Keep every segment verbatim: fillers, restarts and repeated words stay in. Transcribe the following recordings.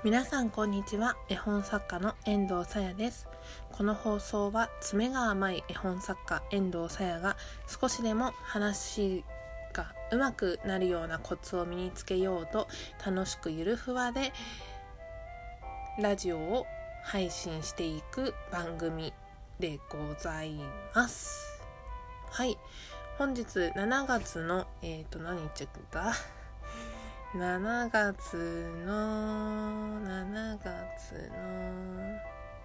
皆さんこんにちは。絵本作家の遠藤さやです。この放送は爪が甘い絵本作家遠藤さやが少しでも話がうまくなるようなコツを身につけようと楽しくゆるふわでラジオを配信していく番組でございます。はい、本日しちがつのえっ、ー、と何日だしちがつのしちがつの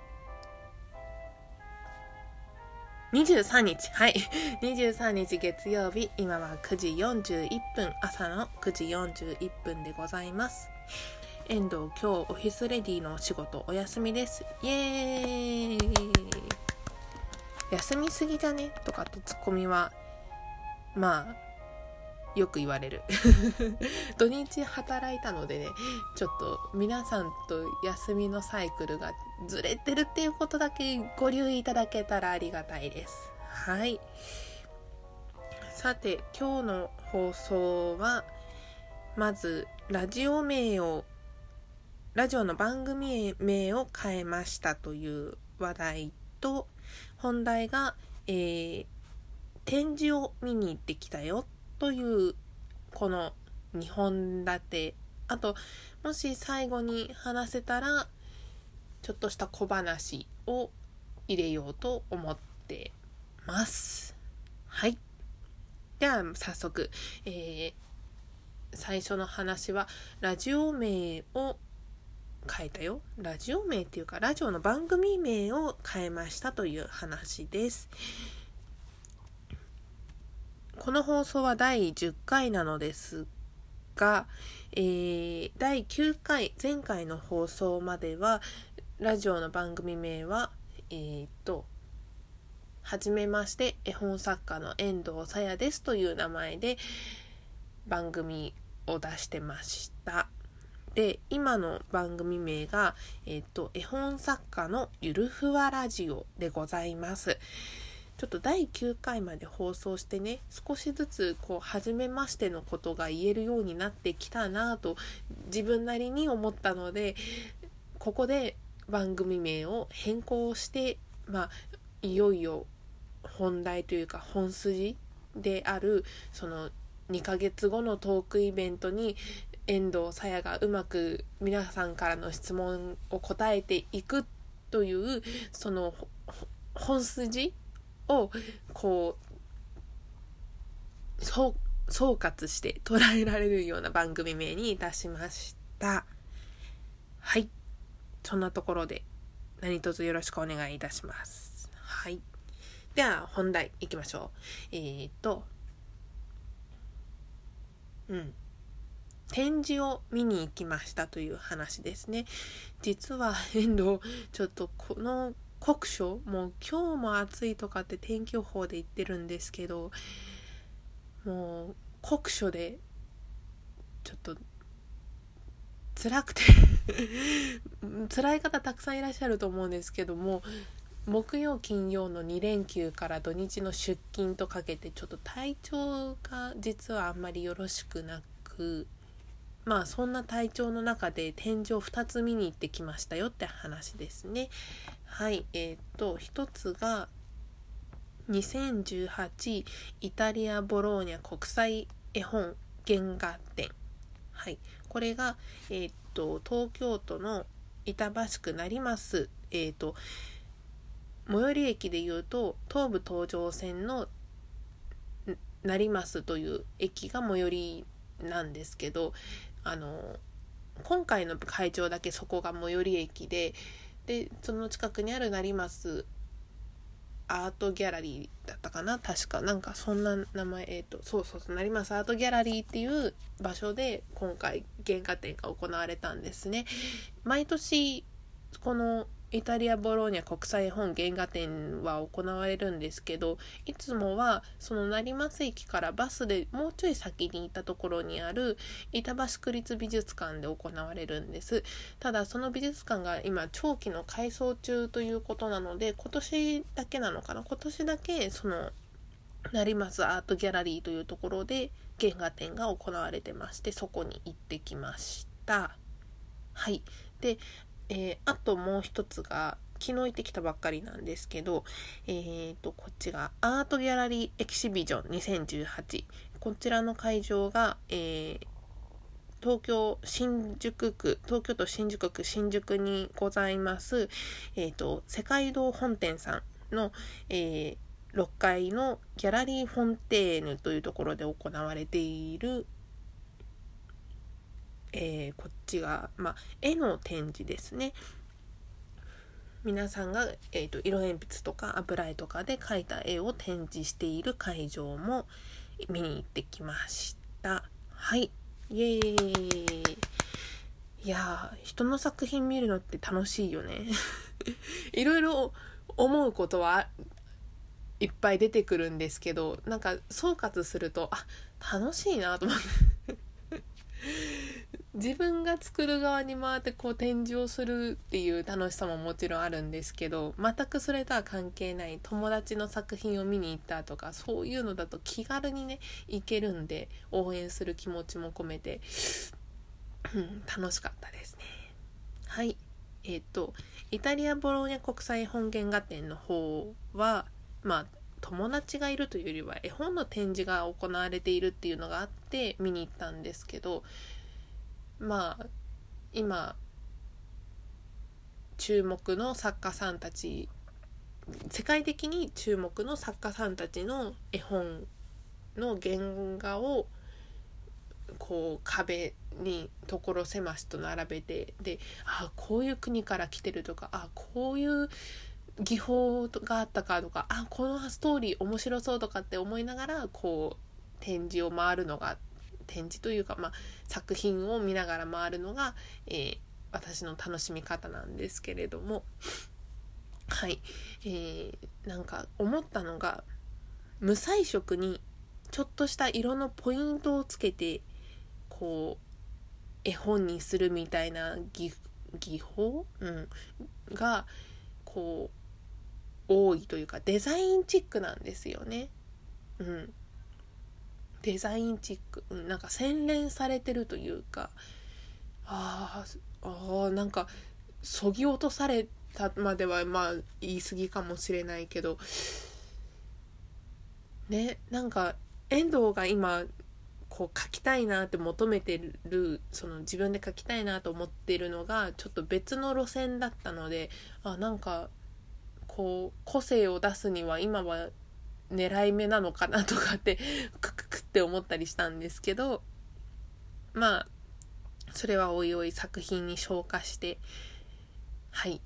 にじゅうさんにち、はいにじゅうさんにち月曜日、今はくじよんじゅういっぷん、朝のくじよんじゅういっぷんでございます。遠藤、今日オフィスレディのお仕事お休みです。イエーイ。休みすぎじゃねとかってツッコミはまあよく言われる土日働いたのでね、ちょっと皆さんと休みのサイクルがずれてるっていうことだけご留意いただけたらありがたいです。はい、さて今日の放送はまずラジオ名をラジオの番組名を変えましたという話題と、本題が、えー、展示を見に行ってきたよというこのにほん立て、あともし最後に話せたらちょっとした小話を入れようと思ってます。はい、では早速、えー、最初の話はラジオ名を変えたよラジオ名っていうかラジオの番組名を変えましたという話です。この放送はだいじゅっかいなのですが、えー、だいきゅうかい、前回の放送まではラジオの番組名はえー、っとはじめまして絵本作家の遠藤さやですという名前で番組を出してました。で、今の番組名が、えー、っと絵本作家のゆるふわラジオでございます。ちょっとだいきゅうかいまで放送してね、少しずつこう初めましてのことが言えるようになってきたなと自分なりに思ったので、ここで番組名を変更して、まあいよいよ本題というか本筋であるそのにかげつごのトークイベントに遠藤さやがうまく皆さんからの質問を答えていくというその本筋をこう総括して捉えられるような番組名にいたしました。はい、そんなところで何卒よろしくお願いいたします。はい、では本題いきましょう。えーっとうん展示を見に行きましたという話ですね。実は遠藤ちょっとこの酷暑、もう今日も暑いとかって天気予報で言ってるんですけど、もう酷暑でちょっと辛くて辛い方たくさんいらっしゃると思うんですけども、木曜金曜のにれんきゅうから土日の出勤とかけてちょっと体調が実はあんまりよろしくなく、まあそんな体調の中で展示をふたつ見に行ってきましたよって話ですね。はい、えー、っとひとつがにせんじゅうはちイタリアボローニャ国際絵本原画展。はい、これがえー、っと東京都の板橋区成増、えー、っと最寄り駅でいうと東武東上線の成増という駅が最寄りなんですけど、あの今回の会場だけそこが最寄り駅で、でその近くにある成増アートギャラリーだったかな、確かなんかそんな名前、えっとそうそうそう成増アートギャラリーっていう場所で今回原画展が行われたんですね。毎年このイタリアボローニャ国際絵本原画展は行われるんですけど、いつもはその成増駅からバスでもうちょい先に行ったところにある板橋区立美術館で行われるんです。ただその美術館が今長期の改装中ということなので、今年だけなのかな今年だけその成増アートギャラリーというところで原画展が行われてまして、そこに行ってきました。はい。 で、えー、あともう一つが昨日行ってきたばっかりなんですけど、えーとこっちがアートギャラリーエキシビジョンにせんじゅうはち、こちらの会場が、えー、東京新宿区東京都新宿区新宿にございます、えーと世界堂本店さんの、えー、ろっかいのギャラリーフォンテーヌというところで行われている、えー、こっちが、まあ、絵の展示ですね。皆さんが、えーと、色鉛筆とか油絵とかで描いた絵を展示している会場も見に行ってきました。はい、イエーイ。いやー、人の作品見るのって楽しいよねいろいろ思うことはいっぱい出てくるんですけど、なんか総括すると、あ、楽しいなと思って自分が作る側に回ってこう展示をするっていう楽しさももちろんあるんですけど、全くそれとは関係ない友達の作品を見に行ったとか、そういうのだと気軽にね行けるんで、応援する気持ちも込めて、うん、楽しかったですね。はい、えっとイタリアボローニャ国際絵本原画展の方は、まあ友達がいるというよりは絵本の展示が行われているっていうのがあって見に行ったんですけど、まあ今注目の作家さんたち、世界的に注目の作家さんたちの絵本の原画をこう壁に所狭しと並べて、で、あ、こういう国から来てるとか、あ、こういう技法があったかとか、あ、このストーリー面白そうとかって思いながらこう展示を回るのが、展示というか、まあ、作品を見ながら回るのが、えー、私の楽しみ方なんですけれども、はい、えー、なんか思ったのが、無彩色にちょっとした色のポイントをつけてこう絵本にするみたいな 技, 技法、うん、がこう多いというか、デザインチックなんですよね。うん、デザインチック、うん、なんか洗練されてるというか、ああなんかそぎ落とされたまではまあ言い過ぎかもしれないけどね、なんか遠藤が今こう描きたいなって求めてる、その自分で描きたいなと思ってるのがちょっと別の路線だったので、あ、なんかこう個性を出すには今は狙い目なのかなとかってクククって思ったりしたんですけど、まあそれはおいおい作品に昇華して、はい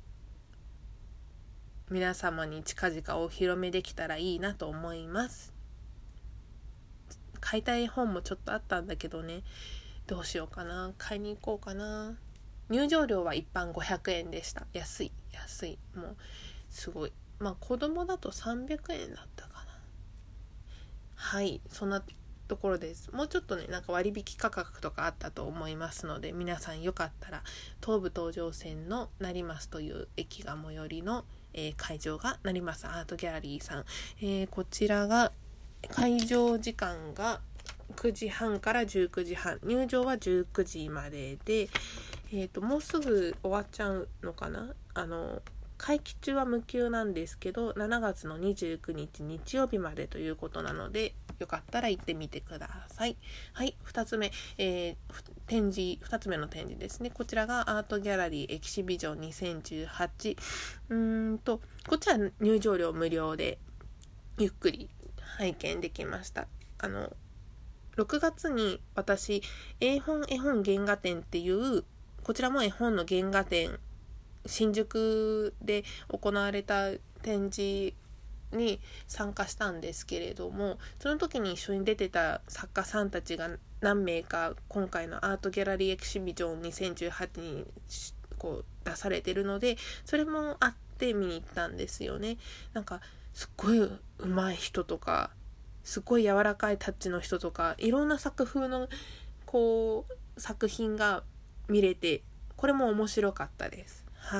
皆様に近々お披露目できたらいいなと思います。買いたい本もちょっとあったんだけどね、どうしようかな、買いに行こうかな。入場料は一般ごひゃくえんでした。安い安い、もうすごい。まあ子供だとさんびゃくえんだったかな。はい、そんなところです。もうちょっとね、なんか割引価格とかあったと思いますので、皆さんよかったら東武東上線の成増という駅が最寄りの、えー、会場が成増アートギャラリーさん、えー、こちらが会場時間がくじはんからじゅうくじはん、入場はじゅうくじまでで、えーと、もうすぐ終わっちゃうのかな。あの会期中は無休なんですけど、しちがつのにじゅうくにち日曜日までということなので、よかったら行ってみてください。はい、ふたつめ、えー、展示、ふたつめの展示ですね。こちらがアートギャラリーエキシビジョンにせんじゅうはち。うーんと、こっちは入場料無料でゆっくり拝見できました。あのろくがつに私絵本絵本原画展っていう、こちらも絵本の原画展、新宿で行われた展示に参加したんですけれども、その時に一緒に出てた作家さんたちが何名か今回のアートギャラリーエキシビジョンにせんじゅうはちにこう出されてるので、それもあって見に行ったんですよね。なんかすっごい上手い人とか、すごい柔らかいタッチの人とか、いろんな作風のこう作品が見れて、これも面白かったです。はい、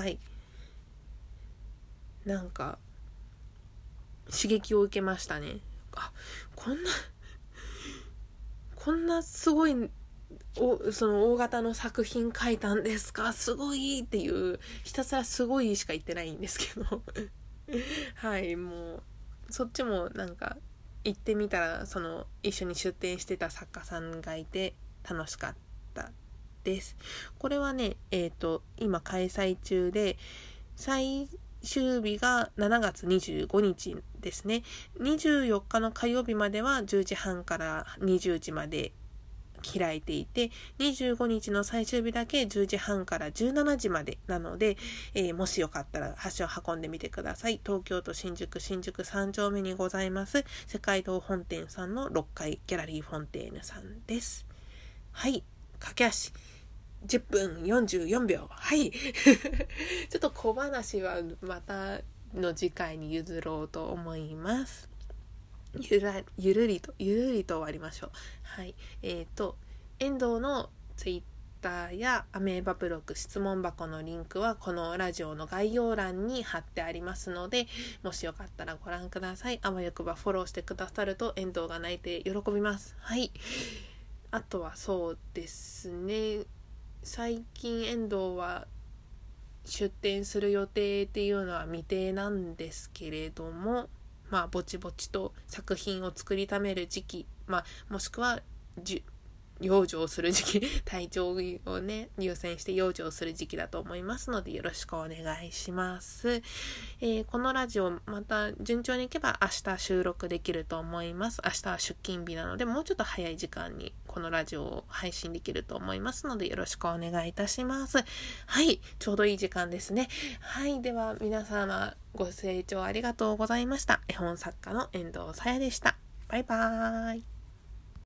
なんか刺激を受けましたね。あ、こんなこんなすごいおその大型の作品書いたんですか、すごいっていう、ひたすらすごいしか言ってないんですけどはい、もうそっちもなんか行ってみたら、その一緒に出展してた作家さんがいて楽しかったです。これはね、えっと今開催中で、最終日がしちがつにじゅうごにちですね。にじゅうよっかの火曜日まではじゅうじはんからにじゅうじまで開いていて、にじゅうごにちの最終日だけじゅうじはんからじゅうしちじまでなので、えー、もしよかったら足を運んでみてください。東京都新宿新宿さん丁目にございます世界堂本店さんのろっかいギャラリーフォンテーヌさんです。はい、駆け足じゅっぷんよんじゅうよんびょう。はいちょっと小話はまたの次回に譲ろうと思います。ゆらゆるりとゆるりと終わりましょう。はいえっ、ー、と遠藤のツイッターやアメーバブログ質問箱のリンクはこのラジオの概要欄に貼ってありますので、もしよかったらご覧ください。あわよくばフォローしてくださると遠藤が泣いて喜びます。はい、あとはそうですね、最近遠藤は出展する予定っていうのは未定なんですけれども、まあぼちぼちと作品を作りためる時期、まあもしくはじ養生する時期、体調をね優先して養生する時期だと思いますので、よろしくお願いします。えー、このラジオまた順調にいけば明日収録できると思います。明日は出勤日なので、もうちょっと早い時間にこのラジオを配信できると思いますので、よろしくお願いいたします。はい、ちょうどいい時間ですね。はい、では皆様ご清聴ありがとうございました。絵本作家の遠藤さやでした。バイバーイ。